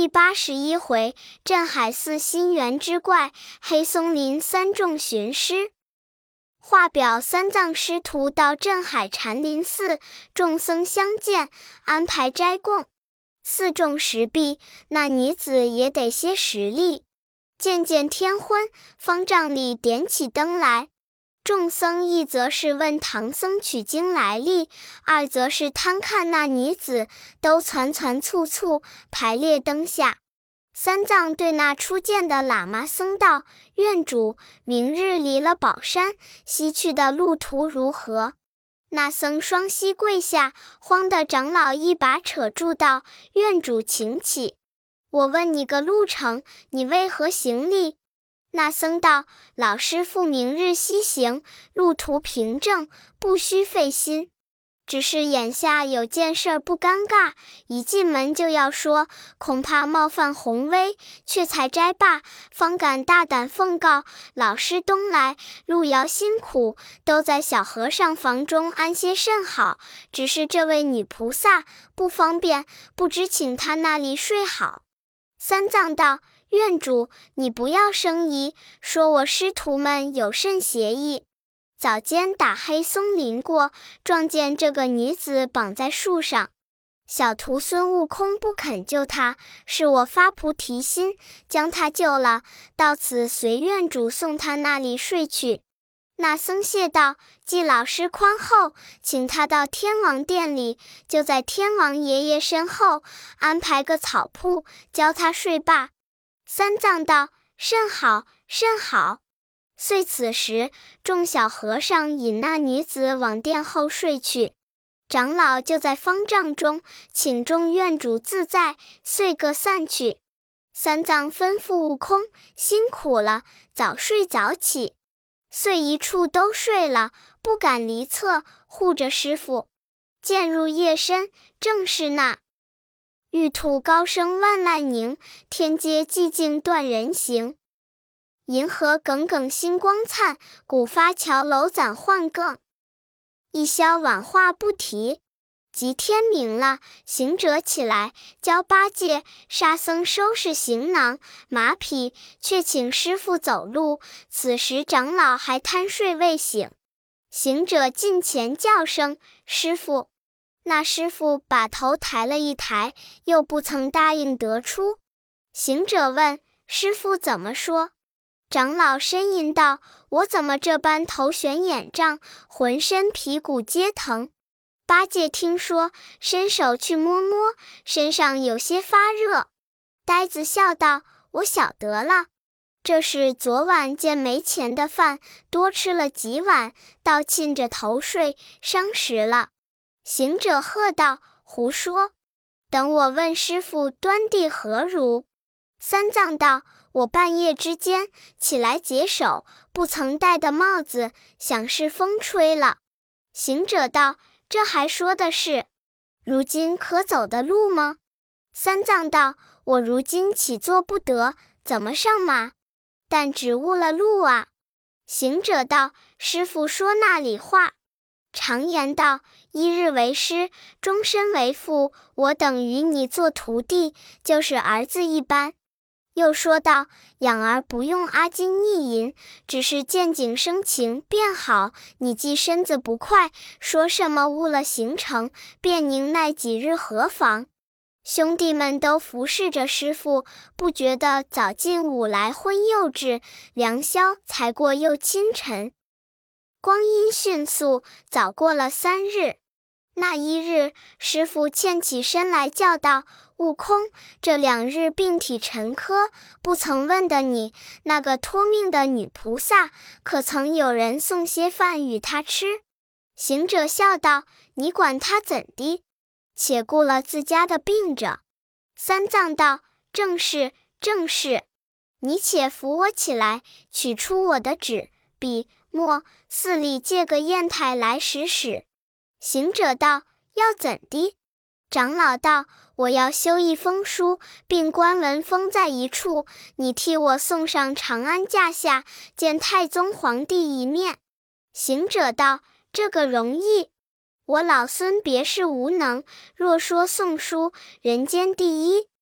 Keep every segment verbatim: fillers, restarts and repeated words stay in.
第八十一回，镇海寺心源之怪，黑松林三众寻师。话表三藏师徒到镇海禅林寺，众僧相见，安排斋供。寺众时毕，那女子也得些实力。渐渐天昏，方丈里点起灯来。众僧一则是问唐僧取经来历，二则是贪看那女子，都攒攒簇簇排列灯下。三藏对那初见的喇嘛僧道：“院主，明日离了宝山，西去的路途如何？”那僧双膝跪下，慌得长老一把扯住道：“院主请起，我问你个路程，你为何行礼？”那僧道：“老师傅明日西行，路途平正，不须费心。只是眼下有件事不尴尬，一进门就要说，恐怕冒犯宏威，却才斋罢，方敢大胆奉告。老师东来，路遥辛苦，都在小和尚房中安歇甚好。只是这位女菩萨不方便，不知请她那里睡好。”三藏道：“院主，你不要生疑，说我师徒们有甚邪意。早间打黑松林过，撞见这个女子绑在树上，小徒孙悟空不肯救她，是我发菩提心，将她救了，到此随院主送她那里睡去。”那僧谢道：“既老师宽厚，请他到天王殿里，就在天王爷爷身后安排个草铺，教他睡罢。”三藏道：“甚好，甚好。”遂此时，众小和尚引那女子往殿后睡去。长老就在方丈中，请众院主自在，遂各散去。三藏吩咐悟空：“辛苦了，早睡早起。”遂一处都睡了，不敢离侧，护着师傅。渐入夜深，正是那玉兔高声万籁鸣，天阶寂静断人行。银河耿耿星光灿，古发桥楼攒幻更。一宵晚话不提，及天明了，行者起来，教八戒、沙僧收拾行囊、马匹，却请师傅走路。此时长老还贪睡未醒，行者近前叫声：“师傅！”那师傅把头抬了一抬，又不曾答应得出。行者问：“师傅怎么说？”长老呻吟道：“我怎么这般头悬眼胀，浑身皮骨皆疼？”八戒听说，伸手去摸摸，身上有些发热。呆子笑道：“我晓得了，这是昨晚见没钱的饭，多吃了几碗，倒沁着头睡，伤食了。”行者喝道：“胡说！等我问师傅端地何如。”三藏道：“我半夜之间起来解手，不曾戴的帽子，想是风吹了。”行者道：“这还说的是，如今可走的路吗？”三藏道：“我如今起坐不得，怎么上马？但只误了路啊。”行者道：“师傅说那里话？常言道，一日为师，终身为父，我等与你做徒弟，就是儿子一般。又说道，养儿不用阿金逆银，只是见景生情便好。你既身子不快，说什么误了行程，便宁耐几日何妨？兄弟们都服侍着师傅，不觉得早近午来昏又至，良宵才过又清晨。光阴迅速，早过了三日。那一日，师傅欠起身来叫道：悟空，这两日病体沉疴，不曾问的你，那个托命的女菩萨，可曾有人送些饭与他吃？行者笑道：你管他怎的？且顾了自家的病着。三藏道：正是，正是。你且扶我起来，取出我的纸、笔、墨，寺里借个砚台来使使。行者道：要怎的？长老道：我要修一封书，并官文封在一处，你替我送上长安驾下，见太宗皇帝一面。行者道：这个容易，我老孙别是无能，若说送书，人间第一。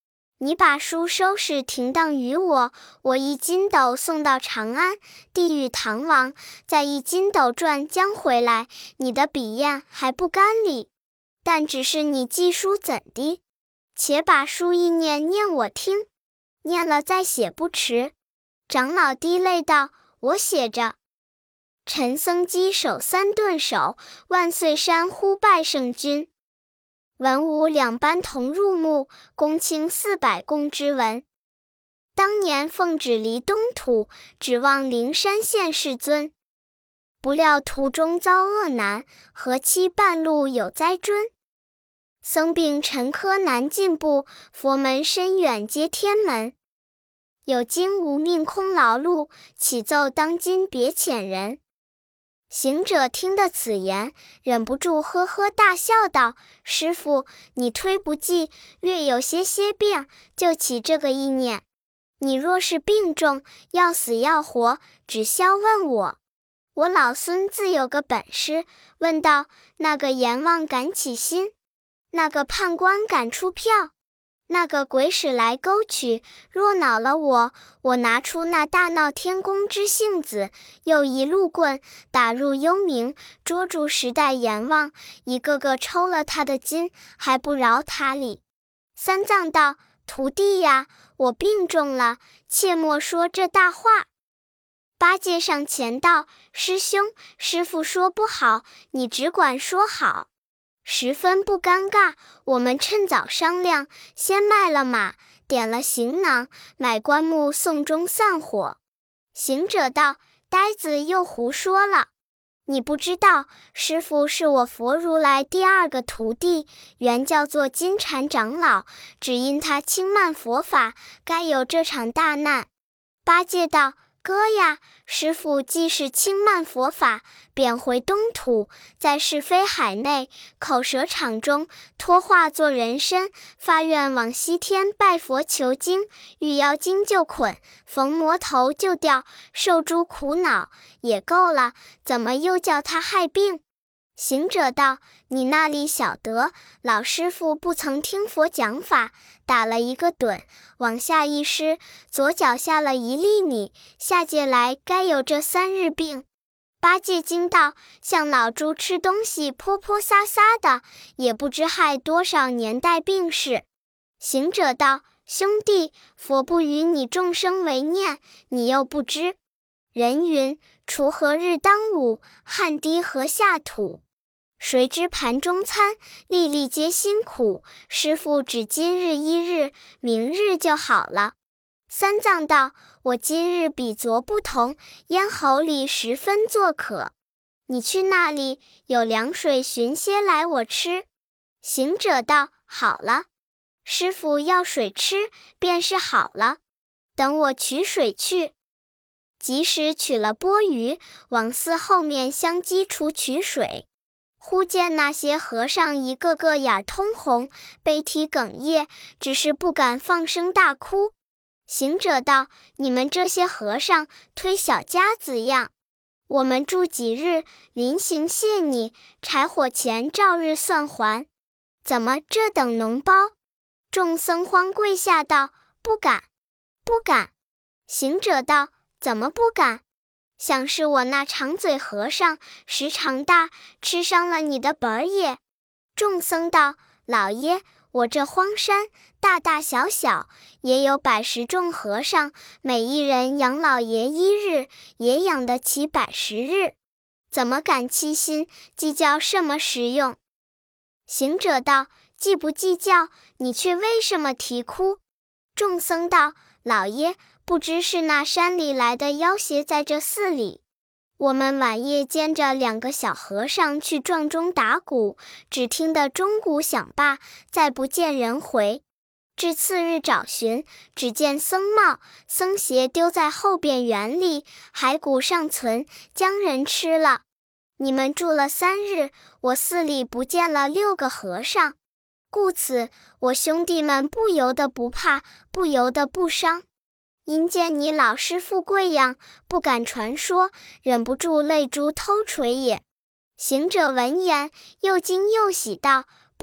你把书收拾停当于我，我一筋斗送到长安，地狱唐王，再一筋斗转将回来，你的笔砚还不干哩。但只是你记书怎的？且把书一念念我听，念了再写不迟。长老滴泪道：我写着。陈僧稽首三顿首，万岁山呼拜圣君。文武两班同入目，公卿四百共之文。当年奉旨离东土，指望灵山县世尊。不料途中遭恶难，何期半路有灾谵。僧病沉疴难进步，佛门深远接天门。有经无命空劳碌，启奏当今别遣人。行者听得此言，忍不住呵呵大笑道：师父，你忒不济，略有些些病，就起这个意念。你若是病重，要死要活，只消问我。我老孙自有个本事。问道：那个阎王敢起心？那个判官敢出票？那个鬼使来勾取？若恼了我，我拿出那大闹天宫之性子，又一路棍打入幽冥，捉住十代阎王，一个个抽了他的筋，还不饶他哩。三藏道：徒弟呀，我病重了，切莫说这大话。八戒上前道：师兄，师父说不好，你只管说好。十分不尴尬，我们趁早商量，先卖了马，点了行囊，买棺木送终散伙。行者道：呆子又胡说了，你不知道，师父是我佛如来第二个徒弟，原叫做金蝉长老，只因他轻慢佛法，该有这场大难。八戒道：哥呀，师父既是轻慢佛法，贬回东土，在是非海内口舌场中脱化作人身，发愿往西天拜佛求经，遇妖精就捆，逢魔头就吊，受诸苦恼也够了，怎么又叫他害病？行者道：你那里晓得，老师父不曾听佛讲法，打了一个盹，往下一失，左脚下了一粒米，下界来该有这三日病。八戒惊道：像老猪吃东西泼泼撒撒的，也不知害多少年代病逝。行者道：兄弟，佛不与你众生为念，你又不知。人云：锄禾日当午，汗滴禾下土。谁知盘中餐，粒粒皆辛苦。师父只今日一日，明日就好了。三藏道：我今日比昨不同，咽喉里十分作渴。你去那里有凉水寻些来我吃。行者道：好了，师父要水吃，便是好了。等我取水去。及时取了钵盂，往寺后面香积处取水。忽见那些和尚一个个眼通红，悲啼哽咽，只是不敢放声大哭。行者道：你们这些和尚推小家子样，我们住几日，临行谢你，柴火钱照日算还。怎么这等脓包？众僧慌跪下道：不敢，不敢。行者道：怎么不敢？想是我那长嘴和尚时常大，吃伤了你的本儿也。众僧道：老爷，我这荒山大大小小，也有百十众和尚，每一人养老爷一日，也养得起百十日，怎么敢欺心计较什么实用？行者道：计不计较，你却为什么啼哭？众僧道：老爷，不知是那山里来的妖邪在这寺里。我们晚夜兼着两个小和尚去撞钟打鼓，只听得钟鼓响罢，再不见人回。至次日找寻，只见僧帽、僧鞋丢在后边园里，骸骨尚存，将人吃了。你们住了三日，我寺里不见了六个和尚，故此我兄弟们不由得不怕，不由得不伤。因见你老师父贵样，不敢传说，忍不住泪珠偷垂也。行者闻言，又惊又喜道：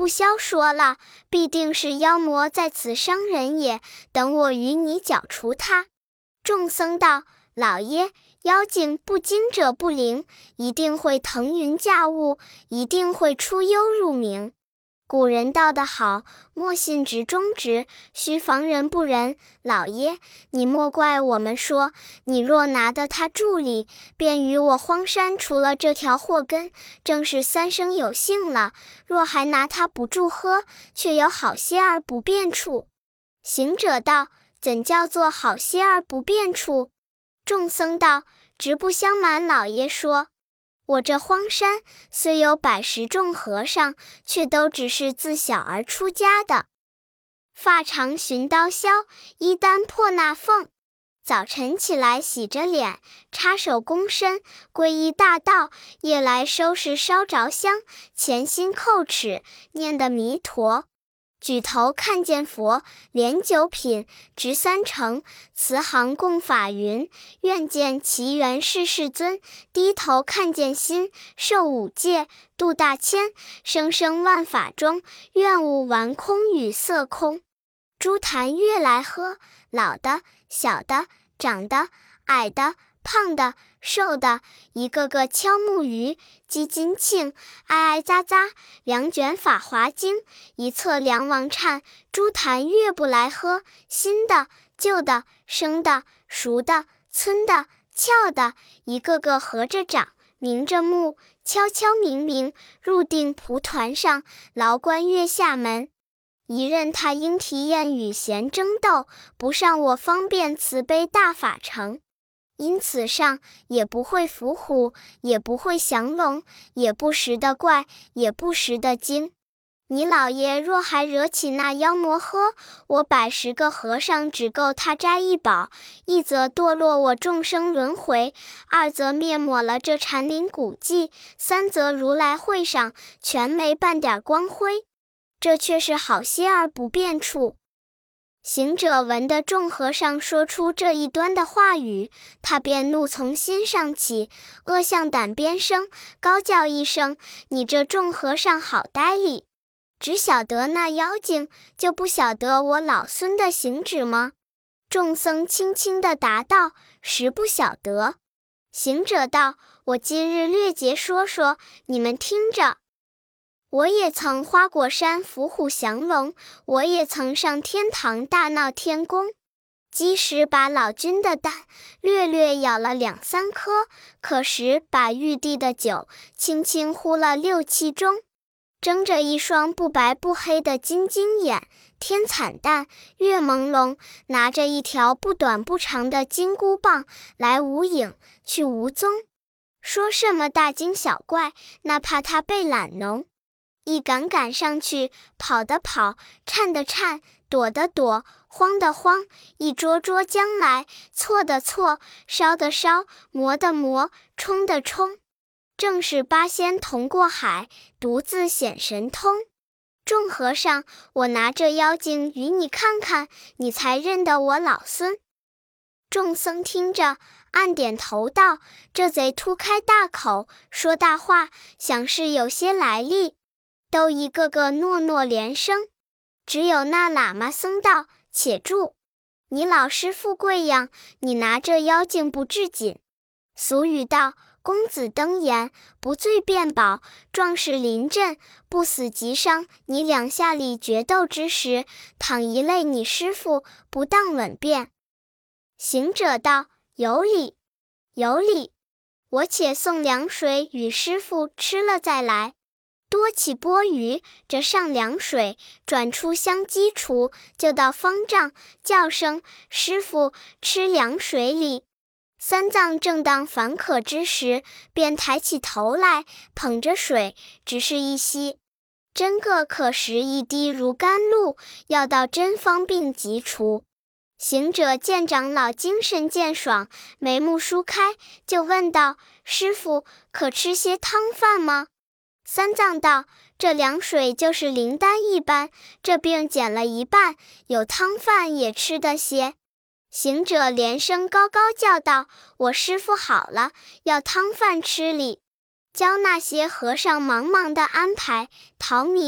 不消说了，必定是妖魔在此伤人也，等我与你剿除他。众僧道：老爷，妖精不惊者不灵，一定会腾云驾雾，一定会出幽入明。古人道得好，莫信直中直，须防人不仁。老爷，你莫怪我们说，你若拿得他助理，便与我荒山除了这条祸根，正是三生有幸了。若还拿他不助喝，却有好些儿不便处。行者道：怎叫做好些儿不便处？众僧道：直不相瞒老爷说，我这荒山虽有百十众和尚，却都只是自小而出家的。发长寻刀削，衣单破衲缝。早晨起来洗着脸，插手躬身，皈依大道；夜来收拾烧着香，潜心叩齿，念得弥陀。举头看见佛，连九品，执三成，慈航供法云，愿见其源世世尊。低头看见心，受五戒，度大千，生生万法中，愿悟完空与色空。诸坛越来喝，老的、小的、长的、矮的、胖的、瘦的，一个个敲木鱼，击金磬，哀哀喳喳，两卷法华经，一册梁王忏。诸坛越不来喝，新的、旧的、生的、熟的、村的、俏的，一个个合着掌，明着目，悄悄明明，入定蒲团上，牢关月下门。一任他应啼燕与弦争斗，不上我方便慈悲大法成。因此上也不会伏虎，也不会降龙，也不识得怪，也不识得精。你老爷若还惹起那妖魔喝，我百十个和尚只够他摘一宝，一则堕落我众生轮回，二则灭抹了这禅林古迹，三则如来会上全没半点光辉。这却是好些儿不便处。行者闻得众和尚说出这一端的话语，他便怒从心上起，恶向胆边生，高叫一声：你这众和尚好呆哩！只晓得那妖精，就不晓得我老孙的行止吗？众僧轻轻地答道：实不晓得。行者道：我今日略节说说，你们听着。我也曾花果山伏虎降龙，我也曾上天堂大闹天宫。鸡时把老君的蛋略略咬了两三颗，可时把玉帝的酒轻轻呼了六七盅。睁着一双不白不黑的金睛眼，天惨淡，月朦胧，拿着一条不短不长的金箍棒，来无影，去无踪。说什么大惊小怪，那怕他被懒农。一赶赶上去，跑的跑，颤的颤，躲的躲，慌的慌，一捉捉将来，错的错，烧的烧，磨的磨，冲的冲。正是八仙同过海，独自显神通。众和尚，我拿这妖精与你看看，你才认得我老孙。众僧听着，暗点头道：这贼突开大口，说大话，想是有些来历。都一个个诺诺连声。只有那喇嘛僧道：且住！你老师富贵样，你拿这妖精不治紧。俗语道：公子登岩，不醉便饱；壮士临阵，不死即伤。你两下里决斗之时，倘一累你师父，不当稳便。行者道：有理，有理。我且送凉水与师父吃了再来。多起钵盂，这上凉水，转出香积厨，就到方丈，叫声：师父，吃凉水里。三藏正当烦渴之时，便抬起头来，捧着水，只是一吸，真个可食一滴如甘露，要到真方病即除。行者见长老精神渐爽，眉目舒开，就问道：师父，可吃些汤饭吗？三藏道：这凉水就是灵丹一般，这病减了一半，有汤饭也吃得些。行者连声高高叫道：我师父好了，要汤饭吃哩。教那些和尚忙忙地安排桃米、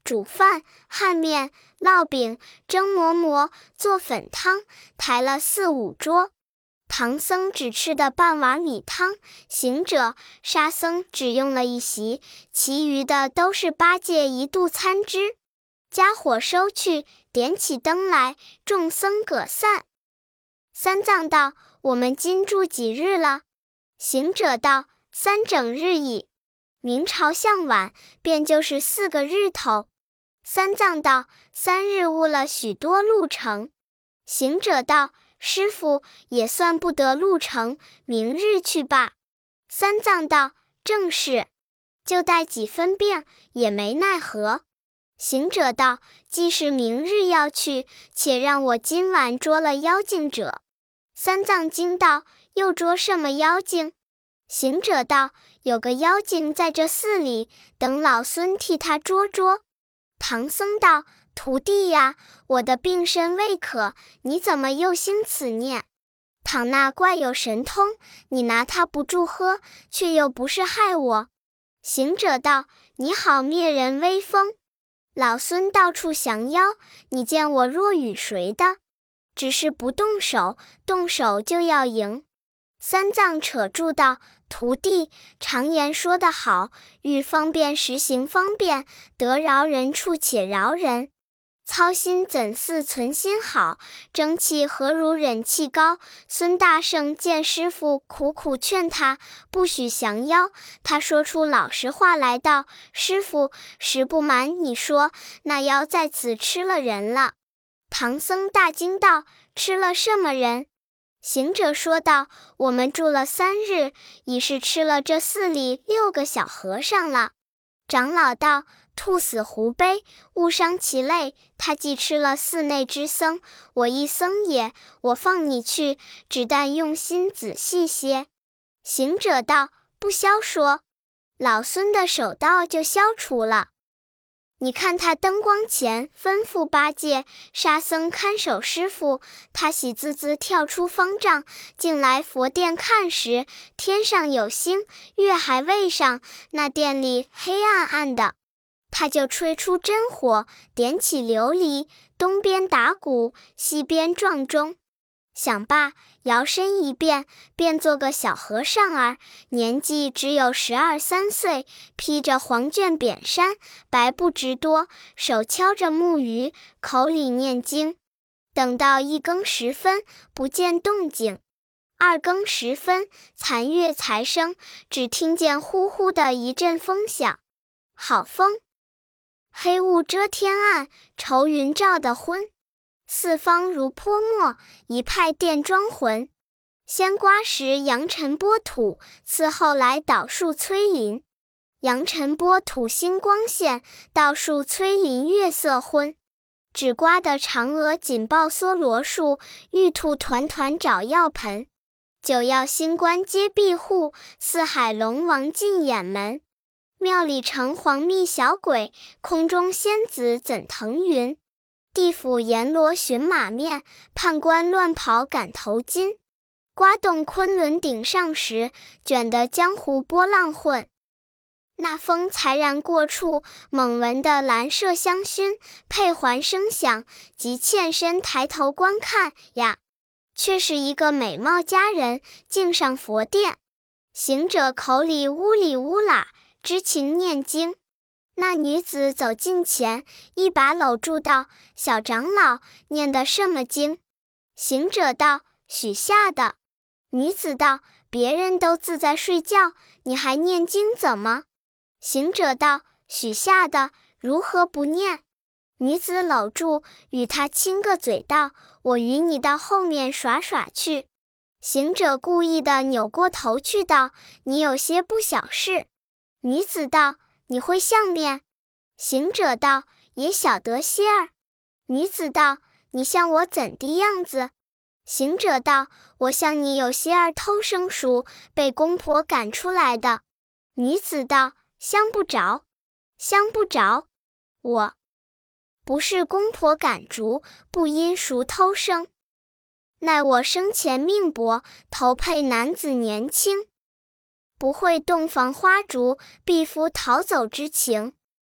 煮饭、焊面、烙饼、蒸馍馍、做粉汤，抬了四五桌。唐僧只吃的半碗米汤，行者、沙僧只用了一席，其余的都是八戒一肚参汁。家伙收去，点起灯来，众僧各散。三藏道：我们今住几日了？行者道：三整日矣。明朝向晚，便就是四个日头。三藏道：三日误了许多路程。行者道：师傅也算不得路程，明日去罢。三藏道：正是，就带几分病，也没奈何。行者道：既是明日要去，且让我今晚捉了妖精者。三藏惊道：又捉什么妖精？行者道：有个妖精在这寺里，等老孙替他捉捉。唐僧道：徒弟呀，我的病身未可，你怎么又兴此念？倘那怪有神通，你拿他不住喝，却又不是害我。行者道：你好灭人威风，老孙到处降妖，你见我若与谁的？只是不动手，动手就要赢。三藏扯住道：徒弟，常言说得好，欲方便时行方便，得饶人处且饶人。操心怎似存心好，争气何如忍气高。孙大圣见师傅苦苦劝他不许降妖，他说出老实话来道：师傅，实不瞒你说，那妖在此吃了人了。唐僧大惊道：吃了什么人？行者说道：我们住了三日，已是吃了这寺里六个小和尚了。长老道：兔死狐悲，勿伤其类，他既吃了寺内之僧，我一僧也，我放你去，只但用心仔细些。行者道：不消说，老孙的手道就消除了。你看他灯光前吩咐八戒、沙僧看守师傅，他喜滋滋跳出方丈，进来佛殿看时，天上有星，月还未上，那殿里黑暗暗的。他就吹出真火，点起琉璃，东边打鼓，西边撞钟。想罢，摇身一变，变做个小和尚儿，年纪只有十二三岁，披着黄绢扁衫，白布直多，手敲着木鱼，口里念经。等到一更时分，不见动静；二更时分，残月才生，只听见呼呼的一阵风响，好风！黑雾遮天暗，愁云罩得昏。四方如泼墨，一派电装魂。先刮时扬尘拨土，次后来倒树摧林。扬尘拨土星光现，倒树摧林月色昏。只刮得嫦娥紧抱梭罗树，玉兔团团找药盆。九曜星官皆闭户，四海龙王尽掩门。庙里城隍觅小鬼，空中仙子怎腾云？地府阎罗寻马面，判官乱跑赶头巾。刮动昆仑顶上时，卷得江湖波浪混。那风才然过处，猛闻的兰麝香薰，佩环声响，即欠身抬头观看呀，却是一个美貌佳人径上佛殿。行者口里呜里呜啦，知情念经。那女子走近前，一把搂住道：小长老，念的什么经？行者道：许下的。女子道：别人都自在睡觉，你还念经怎么？行者道：许下的，如何不念？女子搂住，与他亲个嘴道：我与你到后面耍耍去。行者故意的扭过头去道：你有些不小事。女子道：你会相面？行者道：也晓得些儿。女子道：你像我怎的样子？行者道：我像你有些儿偷生熟，被公婆赶出来的。女子道：相不着，相不着，我不是公婆赶逐，不因熟偷生，奈我生前命薄，投配男子年轻，不会洞房花烛，避夫逃走之情。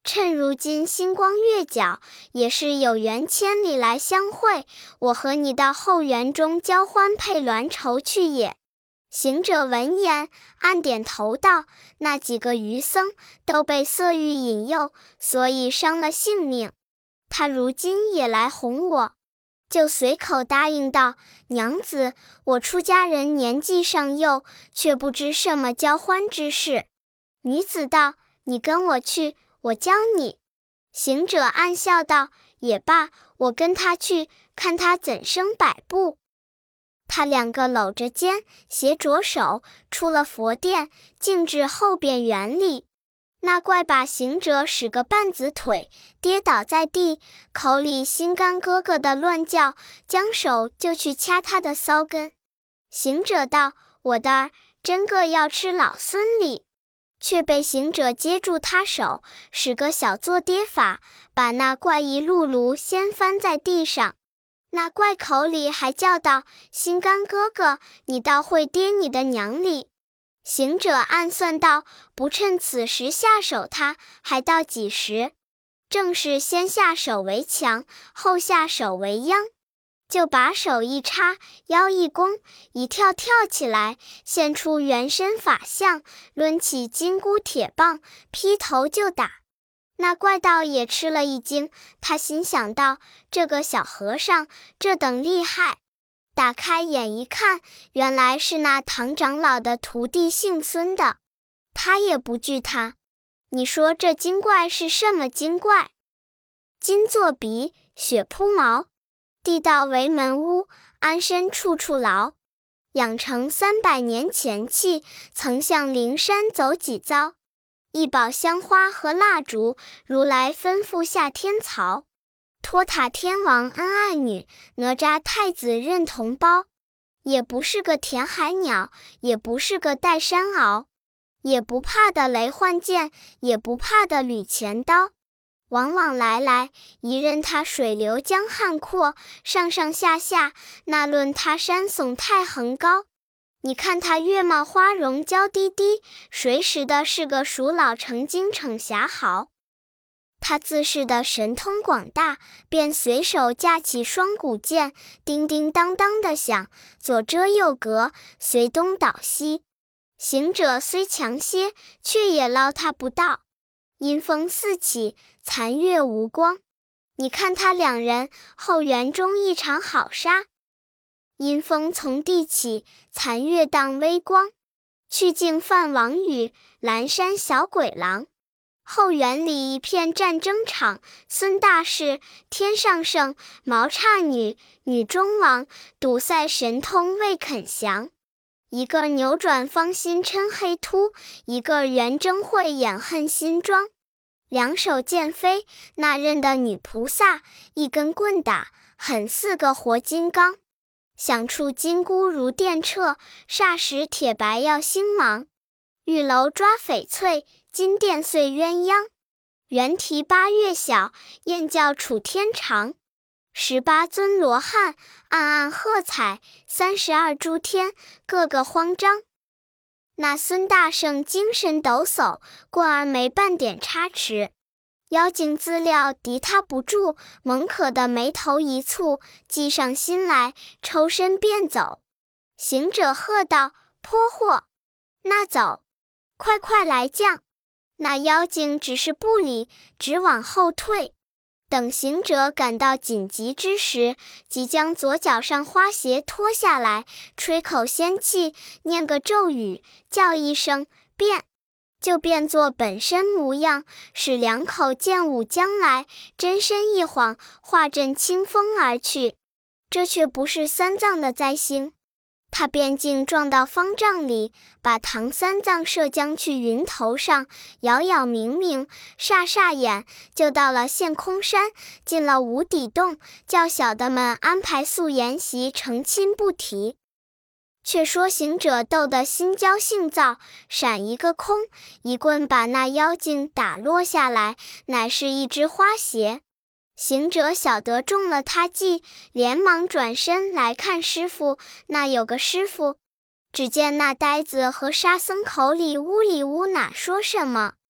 趁如今星光月皎，也是有缘千里来相会，我和你到后园中交欢配鸾绸去也。”行者闻言，暗点头道：“那几个渔僧都被色欲引诱，所以伤了性命。他如今也来哄我。”就随口答应道：“娘子，我出家人年纪尚幼，却不知什么交欢之事。”女子道：“你跟我去，我教你。”行者暗笑道：“也罢，我跟他去，看他怎生摆布。”他两个搂着肩，携着手，出了佛殿，径至后边园里。那怪把行者使个半子腿，跌倒在地，口里心肝咯咯的乱叫，将手就去掐他的骚根。行者道：“我的儿，真个要吃老孙礼！”却被行者接住他手，使个小坐跌法，把那怪一辘辘掀翻在地上。那怪口里还叫道：“心肝哥哥，你倒会跌你的娘礼！”行者暗算道：“不趁此时下手他，还到几时？正是先下手为强，后下手为殃。”就把手一插，腰一弓，一跳跳起来，现出原身法相，抡起金箍铁棒，劈头就打。那怪盗也吃了一惊，他心想道：“这个小和尚这等厉害！”打开眼一看，原来是那唐长老的徒弟姓孙的，他也不惧他。你说这精怪是什么精怪？金作鼻，血铺毛，地道为门屋，安身处处牢。养成三百年前气，曾向灵山走几遭。一宝香花和蜡烛，如来吩咐下天曹。托塔天王恩爱女，哪吒太子认同胞。也不是个填海鸟，也不是个带山鳌，也不怕的雷幻剑，也不怕的吕钱刀。往往来来，一任他水流江汉阔，上上下下，那论他山耸太横高。你看他月貌花容娇滴滴，谁识的是个蜀老成精逞侠豪。他自是的神通广大，便随手架起双股剑，叮叮当当的响，左遮右隔，随东倒西。行者虽强些，却也捞他不到。阴风四起，残月无光。你看他两人后园中一场好杀。阴风从地起，残月荡微光。去尽犯王语，阑珊小鬼狼。后园里一片战争场，孙大士、天上圣、毛姹女、女中王，赌赛神通未肯降。一个扭转芳心嗔黑秃，一个圆睁慧眼恨心装。两手剑飞，那认的女菩萨，一根棍打，狠似个活金刚。响处金箍如电掣，霎时铁白要星芒。玉楼抓翡翠，金殿碎鸳鸯。猿啼八月晓，燕叫楚天长。十八尊罗汉，暗暗喝彩，三十二诸天，个个慌张。那孙大圣精神抖擞，过而没半点差池。妖精资料敌他不住，猛可的眉头一蹙，计上心来，抽身便走。行者喝道：“泼货！那走，快快来降！”那妖精只是不理，只往后退。等行者赶到紧急之时，即将左脚上花鞋脱下来，吹口仙气，念个咒语，叫一声变，就变作本身模样，使两口剑舞将来，真身一晃，化阵清风而去。这却不是三藏的灾星。他便竟撞到方丈里，把唐三藏射将去云头上，杳杳冥冥，霎霎眼，就到了陷空山，进了无底洞，叫小的们安排素筵席，成亲不提。却说行者斗得心焦性躁，闪一个空，一棍把那妖精打落下来，乃是一只花鞋。行者晓得中了他计，连忙转身来看师傅。那有个师傅，只见那呆子和沙僧口里呜里呜哪说什么。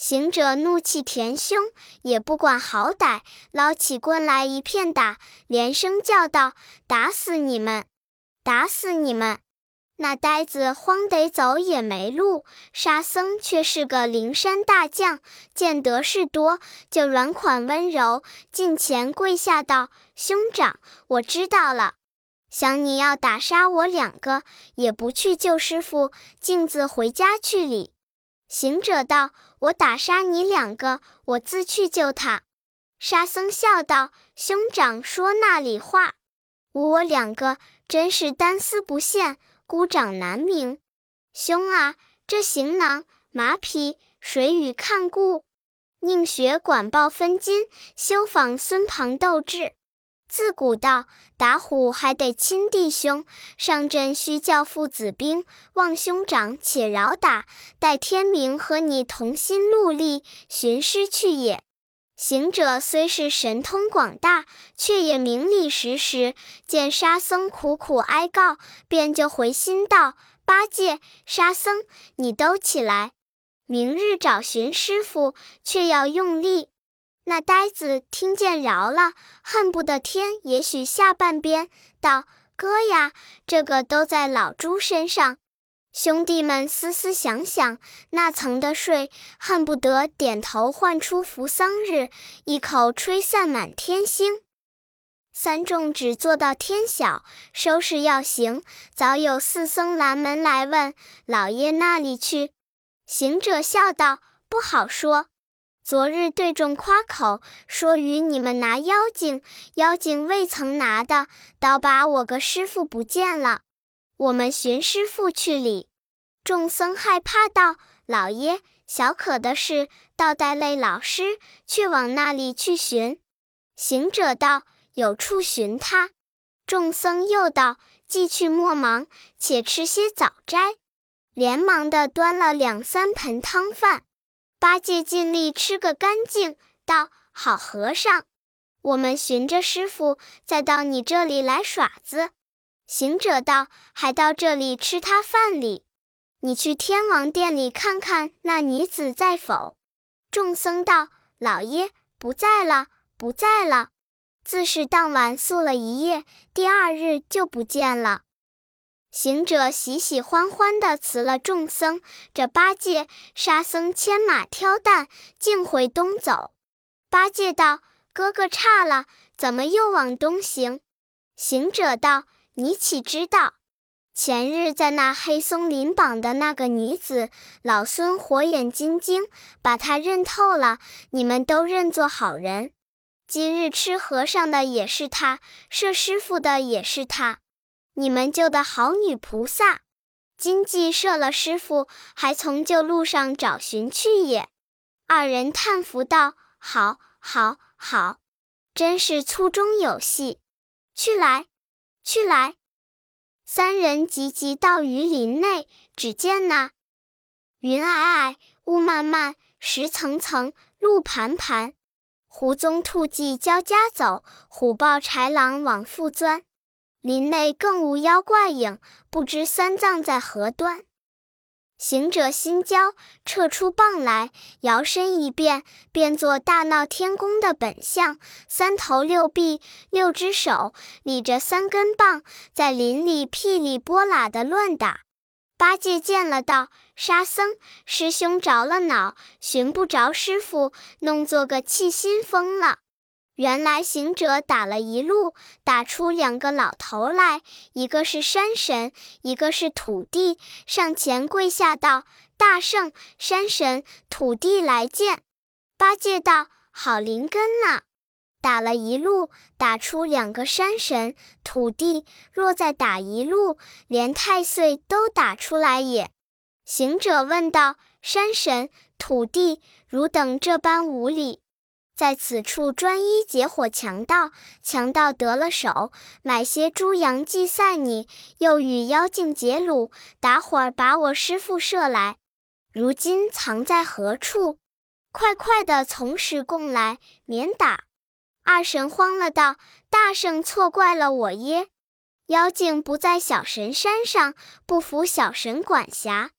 行者怒气填胸，也不管好歹，捞起棍来一片打，连声叫道：打死你们！打死你们！那呆子慌得走也没路，沙僧却是个灵山大将，见得事多，就软款温柔，近前跪下道：兄长，我知道了。想你要打杀我两个，也不去救师父，径自回家去哩。行者道：我打杀你两个，我自去救他。沙僧笑道：兄长说那里话？无我两个，真是单丝不线，孤掌难鸣。兄啊，这行囊、马匹、水与看顾，宁学管鲍分金，休仿孙庞斗智。自古道，打虎还得亲弟兄，上阵须叫父子兵。望兄长且饶打，待天明和你同心戮力，寻师去也。行者虽是神通广大，却也明理实实，见沙僧苦苦哀告，便就回心道：八戒、沙僧，你都起来，明日找寻师父，却要用力。那呆子听见饶了，恨不得天也许下半边，道：哥呀，这个都在老猪身上。兄弟们思思想想，那曾的睡，恨不得点头唤出扶桑日，一口吹散满天星。三众只做到天晓，收拾要行，早有四僧拦门来问：老爷那里去？行者笑道：不好说。昨日对众夸口，说与你们拿妖精，妖精未曾拿的，倒把我个师父不见了。我们寻师父去哩。众僧害怕道：老爷，小可的事，倒带累老师，却往那里去寻？行者道：有处寻他。众僧又道：既去莫忙，且吃些早斋。连忙的端了两三盆汤饭。八戒尽力吃个干净，道：好和尚，我们寻着师父，再到你这里来耍子。行者道：还到这里吃他饭哩？你去天王殿里看看那女子在否？众僧道：老爷，不在了，不在了。自是当晚宿了一夜，第二日就不见了。行者喜喜欢欢地辞了众僧，这八戒、沙僧牵马挑担，径回东走。八戒道：哥哥差了，怎么又往东行？行者道：你岂知道？前日在那黑松林绑的那个女子，老孙火眼金睛，把她认透了，你们都认作好人。今日吃和尚的也是她，摄师傅的也是她。你们救的好女菩萨，今既摄了师傅，还从旧路上找寻去也。二人叹服道：好，好，好，真是粗中有细。去来，去来。三人急急到于林内，只见那云霭霭，雾漫漫，石层层，路盘盘。胡宗兔骑交加走，虎豹豺狼往复钻。林内更无妖怪影，不知三藏在何端。行者心焦，撤出棒来，摇身一变，变作大闹天宫的本相，三头六臂六只手，理着三根棒，在林里噼里拨啦的乱打。八戒见了道：沙僧，师兄着了脑，寻不着师傅，弄作个气心疯了。原来行者打了一路，打出两个老头来，一个是山神，一个是土地，上前跪下道：大圣、山神、土地来见。八戒道：好灵根啊！打了一路，打出两个山神、土地，若再打一路，连太岁都打出来也。行者问道：山神、土地，汝等这般无礼，在此处专一结伙强盗，强盗得了手，买些猪羊祭赛你，又与妖精结掳，打会儿把我师父射来，如今藏在何处？快快的从实供来，免打。二神慌了道：大圣错怪了我耶，妖精不在小神山上，不服小神管辖。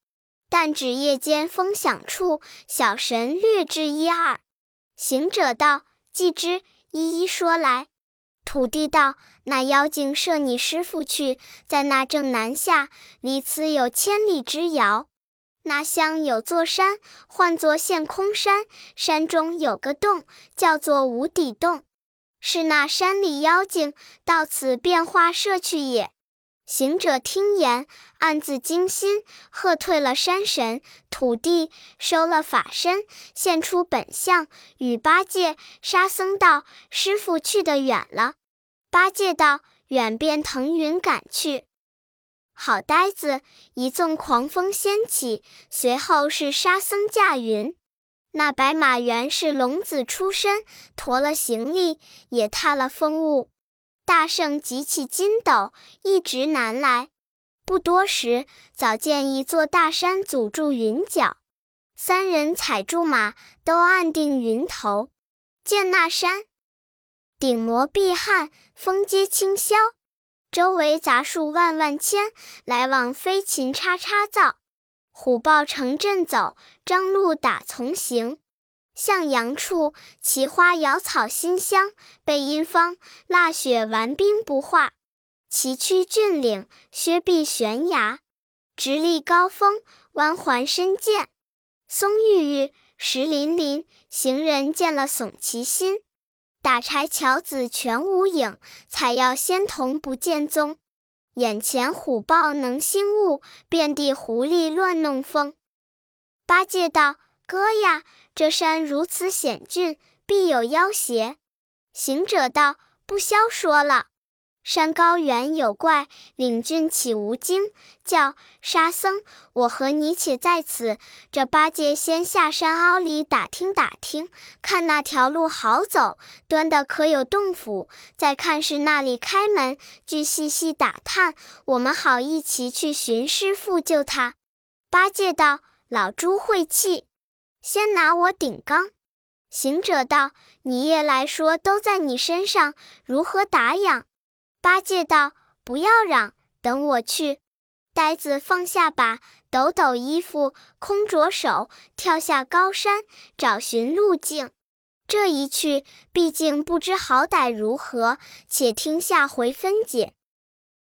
但只夜间风响处，小神略知一二。行者道：既知，一一说来。土地道：那妖精摄你师父去，在那正南下，离此有千里之遥。那乡有座山，唤作陷空山，山中有个洞，叫做无底洞，是那山里妖精到此变化摄去也。行者听言，暗自惊心，喝退了山神，土地收了法身，现出本相，与八戒、沙僧道：师父去得远了。八戒道：远便腾云赶去。好呆子，一纵狂风掀起，随后是沙僧驾云。那白马原是龙子出身，驮了行李，也踏了风雾。大圣急起筋斗，一直南来。不多时，早见一座大山阻住云脚，三人踩住马，都按定云头。见那山顶摩碧汉，峰阶清霄，周围杂树万万千，来往飞禽叉叉造。虎豹成阵走，獐鹿打丛行。向阳处，奇花瑶草馨香，背阴方，蜡雪顽冰不化。崎岖峻岭，削壁悬崖，直立高峰，弯环深涧。松郁郁，石林林，行人见了悚其心。打柴樵子全无影，采药仙童不见踪。眼前虎豹能兴雾，遍地狐狸乱弄风。八戒道：哥呀，这山如此险峻，必有妖邪。行者道：不消说了。山高原有怪，岭峻岂无惊？叫沙僧，我和你且在此，这八戒先下山凹里打听打听，看那条路好走，端的可有洞府，再看是那里开门，俱细细打探，我们好一齐去寻师父救他。八戒道：老猪晦气，先拿我顶缸。行者道：你夜来说都在你身上，如何打痒？八戒道：不要嚷，等我去。呆子放下把抖抖衣服，空着手，跳下高山，找寻路径。这一去，毕竟不知好歹如何，且听下回分解。